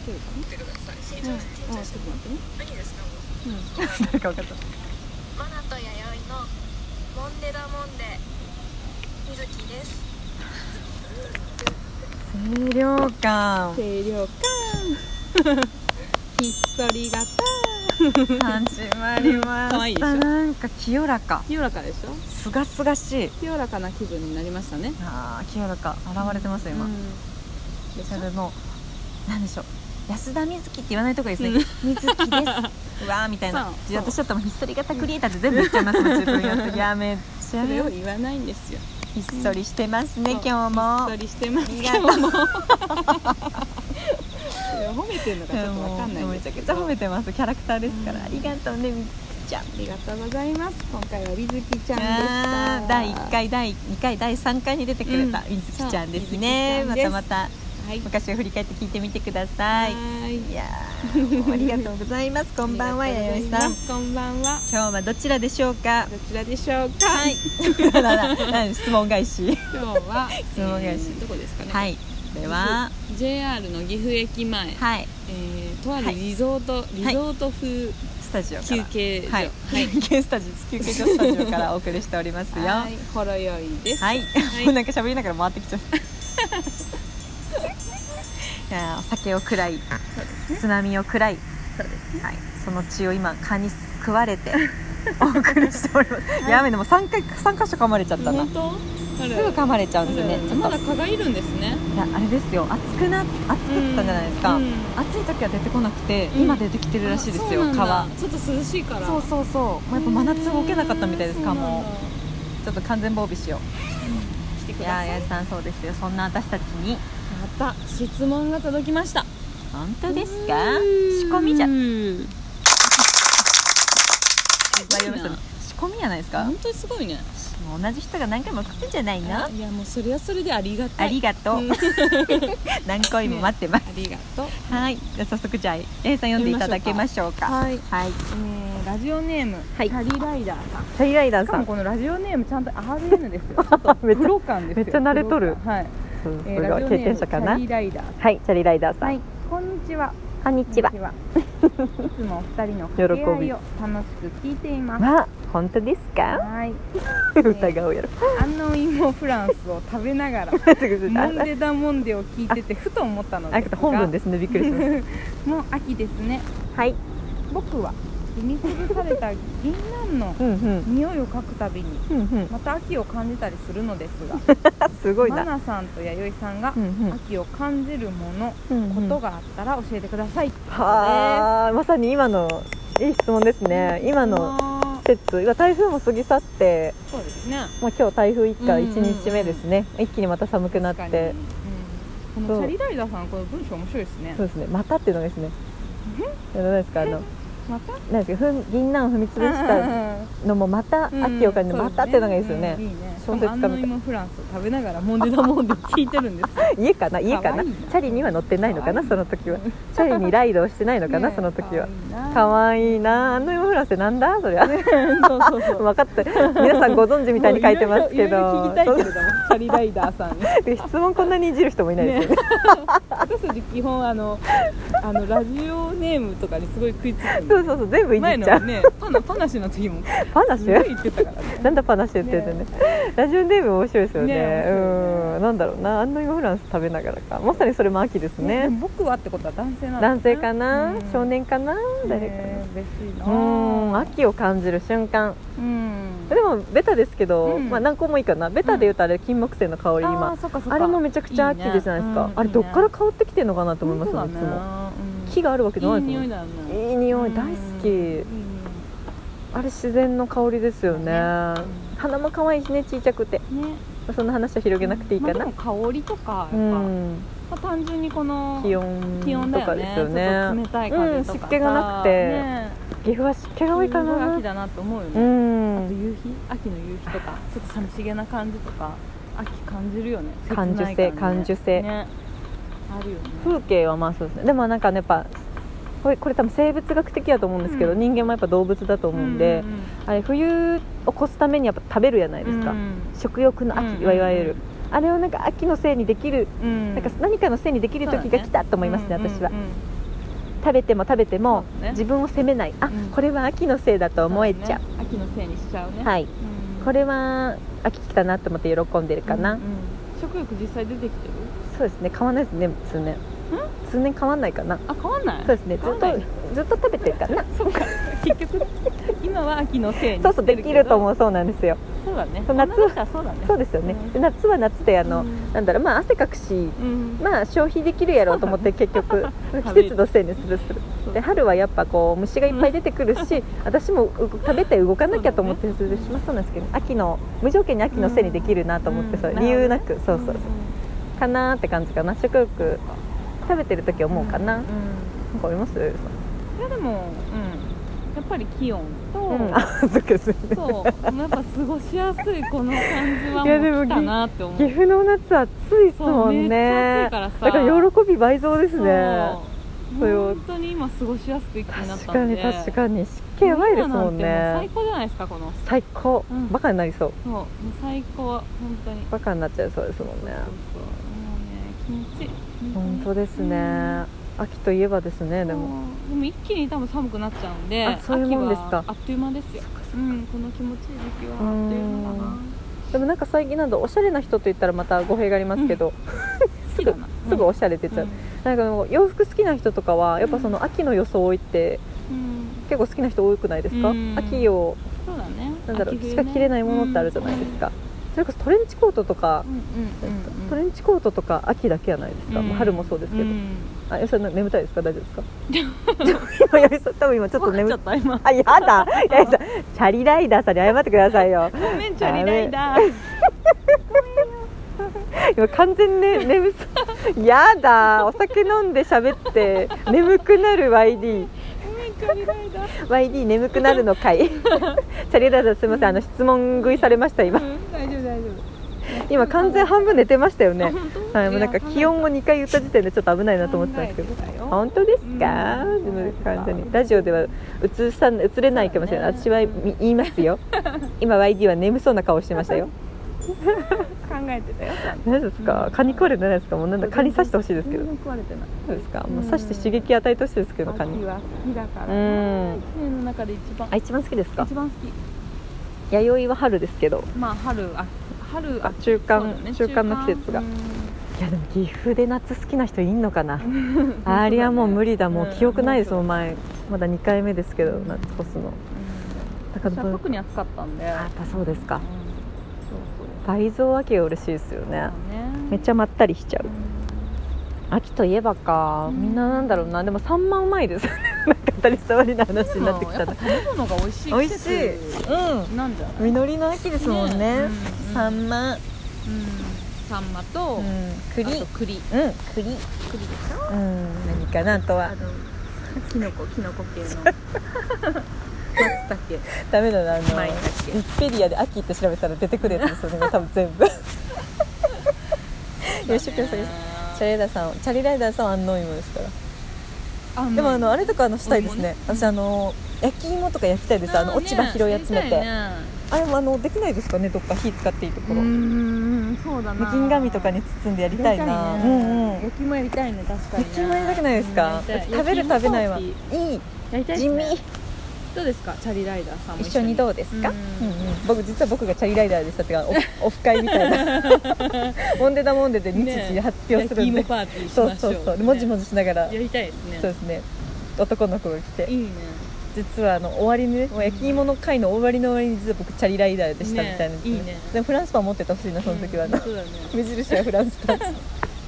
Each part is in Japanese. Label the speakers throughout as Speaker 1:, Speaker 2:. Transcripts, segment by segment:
Speaker 1: けるかな。見てください。ちょっと待ってね。何ですか？
Speaker 2: 誰か分かった。
Speaker 3: マナと弥生のモンデダモンデ、みずきです。
Speaker 2: 清涼感
Speaker 1: 清涼感ひっそり型
Speaker 2: 始まりま
Speaker 1: 可愛いでしょ。
Speaker 2: した。なんか清らか、
Speaker 1: 清らかでしょ。
Speaker 2: すがすがしい。
Speaker 1: 清らかな気分になりましたね。
Speaker 2: あー、清らか現れてます今。
Speaker 1: でしょ。
Speaker 2: それもなんでしょう、安田瑞希って言わないとこですね。瑞希ですうわーみたいな。
Speaker 1: そう
Speaker 2: 私だったらひっそり型クリエイターって全部言っちゃいますもん。自分やってやめちゃ
Speaker 1: それを言わないんですよ。
Speaker 2: ひっそりしてますね、
Speaker 1: そう
Speaker 2: 今日も。
Speaker 1: ひっそりしてます。
Speaker 2: ありがとう。
Speaker 1: 今日も褒めてるのかちょっとわかんないんですけど、
Speaker 2: めちゃくちゃ褒めてます。キャラクターですから、ありがとうね、みずきちゃん。
Speaker 1: ありがとうございます。今回はみずきちゃんでした。
Speaker 2: 第1回、第2回、第3回に出てくれたみずきちゃんですね。
Speaker 1: そうみずきちゃんです。
Speaker 2: また
Speaker 1: はい、
Speaker 2: 昔を振り返って聞いてみてください。
Speaker 1: はい
Speaker 2: いやーありがとうございます。こんばんは、弥生さん。
Speaker 1: こんばんは。
Speaker 2: 今日はどちらでしょうか。
Speaker 1: どちらでしょうか。
Speaker 2: はい質問返し。
Speaker 1: 今日は
Speaker 2: 質問返し、
Speaker 1: どこですかね。
Speaker 2: はい、これは
Speaker 1: JR の岐阜駅前、
Speaker 2: はい
Speaker 1: とあるリゾート風
Speaker 2: スタジオから
Speaker 1: 休憩所、
Speaker 2: はい休憩スタジオからお送りしておりますよ。
Speaker 1: はい、ほろ酔いです。
Speaker 2: はい、もうなんか喋りながら回ってきちゃういや、お酒を食らい、津波を食らい、
Speaker 1: そうですね。
Speaker 2: はい、その血を今蚊に食われてお送りしております、はい、やめでも3箇所噛まれちゃったな。
Speaker 1: 本当？
Speaker 2: すぐ噛まれちゃうんですね。
Speaker 1: まだ蚊がいるんですね。
Speaker 2: いや、あれですよ、暑かったんじゃないですか、暑い時は出てこなくて、今出てきてるらしいですよ、蚊は。
Speaker 1: ちょっと涼しいから。
Speaker 2: そうそうそう、もうやっぱ真夏動けなかったみたいです。蚊もちょっと完全防備しよう。
Speaker 1: してく
Speaker 2: い
Speaker 1: ださい。
Speaker 2: や、やじさん、そうですよ。そんな私たちに
Speaker 1: また質問が届きました。
Speaker 2: 本当ですか。仕込みじゃ仕込みじゃないですか。
Speaker 1: 本当にすごいね。
Speaker 2: もう同じ人が何回も来るんじゃないの。
Speaker 1: いや、もうそれはそれでありがたい。
Speaker 2: ありがとう何回も待ってます、
Speaker 1: ありがとう。
Speaker 2: はい、じゃあ早速、じゃあ A さん読んでいただけましょうか。
Speaker 1: はい、
Speaker 2: はい、
Speaker 1: ラジオネーム、
Speaker 2: はい、
Speaker 1: チャリライダーさん。
Speaker 2: チャリライダーさん、
Speaker 1: しかもこのラジオネームちゃんと RN ですよ。ちょっとプロ感ですよ。
Speaker 2: めっちゃ慣れとる。
Speaker 1: はい、
Speaker 2: すごい経験者かな。
Speaker 1: チャリライダーさん。
Speaker 2: はい、チャリライダーさん、
Speaker 1: はい、こんにちは。
Speaker 2: こんにちは。
Speaker 1: いつもお二人の掛け合いを楽しく聞いています。
Speaker 2: あ、本当ですか。
Speaker 1: はい、
Speaker 2: 疑うやろ。
Speaker 1: 安納芋フランスを食べながらモンデダモンデを聞いててふと思ったのですが、
Speaker 2: 本文ですね、びっくりしまし
Speaker 1: もう秋ですね。
Speaker 2: た。はい、
Speaker 1: 僕は踏み潰された銀杏の匂いを嗅くたびにまた秋を感じたりするのですが
Speaker 2: すごいな。
Speaker 1: マナさんと弥生さんが秋を感じるもの、ことがあったら教えてください。
Speaker 2: はあ、まさに今のいい質問ですね。今の季節、今台風も過ぎ去って、
Speaker 1: そうですね、
Speaker 2: もう今日台風一過1日目ですね。一気にまた寒くなって、
Speaker 1: このチャリライダーさん、この文章面白いですね。
Speaker 2: そうですね、またっていうのがですね、何ですか、
Speaker 1: また
Speaker 2: なんですか、銀杏を踏み潰したのもまた秋を感じる、またっていうのがいいですよね。
Speaker 1: いいね。
Speaker 2: 小説家みたい。
Speaker 1: 安納芋フランスを食べながらモンデダモンデ聞いてるんです
Speaker 2: 家かな、チャリには乗ってないのかな、その時は。チャリにライドをしてないのかな、その時は。かわいいな。安納芋フランスってなんだそりゃ。そう分かった。皆さんご存知みたいに書いてますけど、
Speaker 1: 聞きたいけれども、チャリライダーさんに
Speaker 2: 質問こんなにいじる人もいないですよね。
Speaker 1: 私たち基本ラジオネームとかにすごい食いつく。
Speaker 2: そうそうそう、全部いじっちゃう。
Speaker 1: 前のね、パナシの時も
Speaker 2: パナシ
Speaker 1: すごい言ってたからね。
Speaker 2: なんだパナシ言ってるね。ラジオネーム面白いですよね。
Speaker 1: うん、
Speaker 2: なんだろうな、安納芋フランス食べながらか。まさにそれも秋ですね。
Speaker 1: 僕はってことは男性なん
Speaker 2: 男性かな、少年かな、誰かな。
Speaker 1: 嬉しいな。
Speaker 2: 秋を感じる瞬間。でもベタですけど、何個もいいかな。ベタで言うとあれ金木犀の香り、今あれもめちゃくちゃ秋でじゃないですか。あれどっから香ってきてるのかなと思いますよね、いつも。木があるわけじゃないですもん。いい匂い、大好き。あれ自然の香りですよね。花も可愛いしね、ちいちゃくて。そんな話は広げなくていいかな。
Speaker 1: でも香りとかやっぱ単純にこの
Speaker 2: 気温とかですよね。
Speaker 1: 冷たい風とか
Speaker 2: 湿気がなくて、岐阜は湿気が多いかな。
Speaker 1: 秋だなと思うよね。あと夕日、秋の夕日とかちょっと寂しげな感じとか秋感じるよね。
Speaker 2: 感受性
Speaker 1: ね、あるよね。
Speaker 2: 風景はまあそうですね。でもなんかね、やっぱこれ多分生物学的だと思うんですけど、人間もやっぱ動物だと思うんで、あれ冬を越すためにやっぱ食べるじゃないですか。食欲の秋はいわゆる、あれをなんか秋のせいにできる、なんか何かのせいにできる時が来たと思いますね、私は。 食べても食べても、
Speaker 1: ね、
Speaker 2: 自分を責めない、これは秋のせいだと思えちゃう、
Speaker 1: 秋のせいにしちゃうね。
Speaker 2: はい、これは秋来たなと思って喜んでるかな。
Speaker 1: 食欲実際出てきてる？
Speaker 2: そうですね、変わんないですね、通年変わんないかな。
Speaker 1: あ、変わんない？
Speaker 2: そうですね、ずっと食べてるからな。
Speaker 1: そうか、結局今は秋のせいに
Speaker 2: そうできると思う。そうなんですよ。
Speaker 1: そうだね、
Speaker 2: 夏
Speaker 1: はそうだね。
Speaker 2: そうですよね、夏は夏でなんだろう、まあ汗かくし、まあ消費できるやろうと思って結局季節のせいにするで、春はやっぱこう虫がいっぱい出てくるし、私も食べて動かなきゃと思ってするします。そうなんですけど、秋の無条件に秋のせいにできるなと思って、理由なく、そうかなーって感じかな。食欲食べてる時思うかな。なんかあります？い
Speaker 1: やでも、やっぱり気温と、そうやっぱ過ごしやすいこの感じはもう来たなって思う。
Speaker 2: 岐阜の夏暑いですもんね。
Speaker 1: めっちゃ暑いからさ、
Speaker 2: だから喜び倍増ですね。
Speaker 1: 本当に今過ごしやすく一気になったんで。
Speaker 2: 確かに湿気やばいですもんね。
Speaker 1: 最高じゃないですか、この
Speaker 2: 最高、バカになりそう。
Speaker 1: そう、もう最高、本当に
Speaker 2: バカになっちゃいそうですもんね。
Speaker 1: もうね、気持ちいい。
Speaker 2: 本当ですね、秋といえばですね。でも
Speaker 1: 一気に多分寒くなっちゃうんで、
Speaker 2: そういうもんですか。
Speaker 1: あっという間ですよ。この気持ちいい時期はあっという間だな。
Speaker 2: でもなんか最近なんだ、おしゃれな人と言ったらまた語弊がありますけど、
Speaker 1: 好きだな、
Speaker 2: すぐおしゃれ出ちゃう。なんか洋服好きな人とかはやっぱその秋の装いって結構好きな人多くないですか？秋をなんだろう、しか着れないものってあるじゃないですか。それこそトレンチコートとか、トレンチコートとか秋だけやないですか。春もそうですけど。あ、よさん眠たいですか？大丈夫ですか？今多分今ちょっと眠っちゃった。今やだ、やさんチャリライダーさんに謝ってくださいよ。
Speaker 1: ごめん、チャリライダー。
Speaker 2: 今完全に眠そう。やだ、お酒飲んで喋って眠くなる YD。YD 眠くなるの回。チャリライダー、すみません、質問食いされました今。
Speaker 1: 大丈夫。
Speaker 2: 今完全半分寝てましたよね。はい、もうなんか気温を2回言った時点でちょっと危ないなと思ってたんですけど。本当ですか？でも完全にラジオでは映れないかもしれない。私は言いますよ。今 YD は眠そうな顔してましたよ。
Speaker 1: 考えてたよ。
Speaker 2: 何ですか？蚊に食われてないですか？もうなんだ、蚊に刺してほしいですけど。
Speaker 1: 食われてない。
Speaker 2: そうですか？もう刺して刺激与えてほしいですけど、蚊に。
Speaker 1: 秋は好きだから。1年の中で
Speaker 2: 一番好きですか？
Speaker 1: 一番好き。
Speaker 2: 弥生は春ですけど。
Speaker 1: まあ春
Speaker 2: 中間の季節が。いやでも岐阜で夏好きな人いんのかな。あれはもう無理だ、もう記憶ないですもん。前まだ2回目ですけど、夏越すの。
Speaker 1: だから特に暑かったんで。
Speaker 2: やっぱそうですか。倍増秋が嬉しいですよね。めっちゃまったりしちゃう。秋といえばか、みんななんだろうな。でもサンマうまいです。なんか当たり障りな話になってきた。
Speaker 1: 食べ物が美味しい。美味しい。なんじゃない？
Speaker 2: 実りの秋ですもんね。サンマ
Speaker 1: と
Speaker 2: 栗。
Speaker 1: 栗でしょ。
Speaker 2: 何かなとは。
Speaker 1: キノコ系の。松茸。
Speaker 2: ダメだな、ウィキペディアで秋って調べたら出てくるやつですよね。多分全部。よし、チャリライダーさんは安納芋ですから。でもあれとかしたいですね。私焼き芋とか焼きたいです。落ち葉拾い集めて。あれもできないですかね、どっか火使っていいところ。
Speaker 1: そうだな。
Speaker 2: 銀紙とかに包んでやりたいな。
Speaker 1: 焼き芋やりたいね、確かに。
Speaker 2: 焼き芋やりたくないですか？食べる食べないはいい。地味。
Speaker 1: どうですか、チャリライダーさんも
Speaker 2: 一緒にどうですか？実は僕がチャリライダーでしたっていうか、オフ会みたいな。モンデダモンデで日時発表するんで、そうもじもじしながら
Speaker 1: やりたいですね。
Speaker 2: そうですね。男の子が来て、
Speaker 1: いいね。
Speaker 2: 実は終わりにね、焼き芋の会の終わりの終わりに実は僕チャリライダーでしたみたいな。
Speaker 1: いいね。
Speaker 2: でもフランスパン持っててほしいな、その時は。目印はフランスパン。チ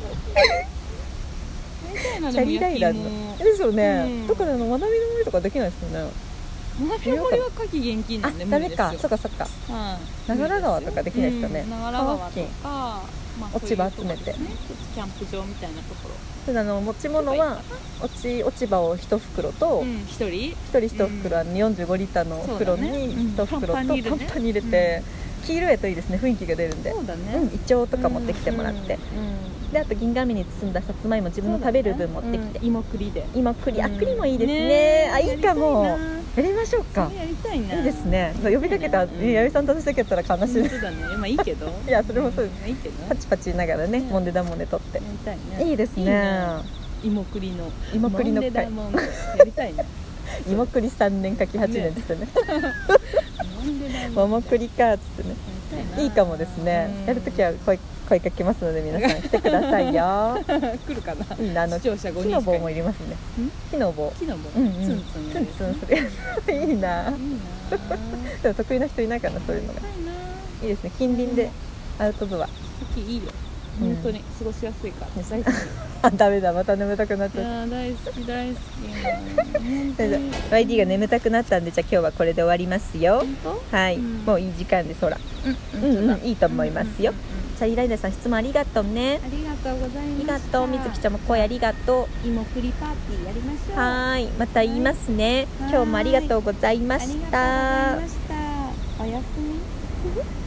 Speaker 2: ャリライダーのですよね。どこで学びの森とかできないですよね。
Speaker 1: 学びの森は夏季厳禁なんで無理ですよ。
Speaker 2: ダメか、そっか。長良川とかできないですかね。
Speaker 1: 長良川とか
Speaker 2: 落ち葉集めて
Speaker 1: キャンプ場みたいなところ。
Speaker 2: 持ち物は落ち葉を1袋と
Speaker 1: 1人
Speaker 2: 1袋45リッターの袋に1袋とパンパンに入れて、黄色やといいですね、雰囲気が出るんで。
Speaker 1: そうだね。
Speaker 2: イチョウとか持ってきてもらって、であと銀紙に包んださつまいも自分の食べる分持ってきて、
Speaker 1: 芋栗で。
Speaker 2: 栗もいいですね。あ、いいかも。やりましょうか。
Speaker 1: やりたいな。
Speaker 2: いいですね。呼びかけた弥生さんと私だけやったら悲しい。
Speaker 1: そうだね。まあいいけど。
Speaker 2: いや、それもそうです。
Speaker 1: いいけど。
Speaker 2: パチパチ言いながらね、モンデダモンデ取って。
Speaker 1: やりたいね。
Speaker 2: いいですね。
Speaker 1: 芋栗の
Speaker 2: 芋栗の会
Speaker 1: やりたいね
Speaker 2: 芋栗3年かき8年っつってね桃栗かっつってねいいかもですね。やるときは声かけますので皆さん来てくださいよ
Speaker 1: 来るかな。
Speaker 2: いいな、
Speaker 1: 視聴者5人
Speaker 2: 木の棒もいりますね。木の棒
Speaker 1: ツンツン
Speaker 2: するいいなでも得意な人いないかな、そういうのがいいですね。近隣でアウトドア
Speaker 1: いいよ、本当に過ごしやすいから大好き
Speaker 2: ダメだ、また眠たくなっちゃった。
Speaker 1: 大好き
Speaker 2: YD が眠たくなったんで、じゃあ今日はこれで終わりますよ。はい、もういい時間です。ほらいいと思いますよ。じゃあイライラさん、質問ありがとうね。
Speaker 1: ありがとうございます。
Speaker 2: ありがとう。みずきちゃんも声ありがとう。
Speaker 1: 芋栗パーティーやりましょう。
Speaker 2: はい、また言いますね。今日もありがとうございました。
Speaker 1: おやすみ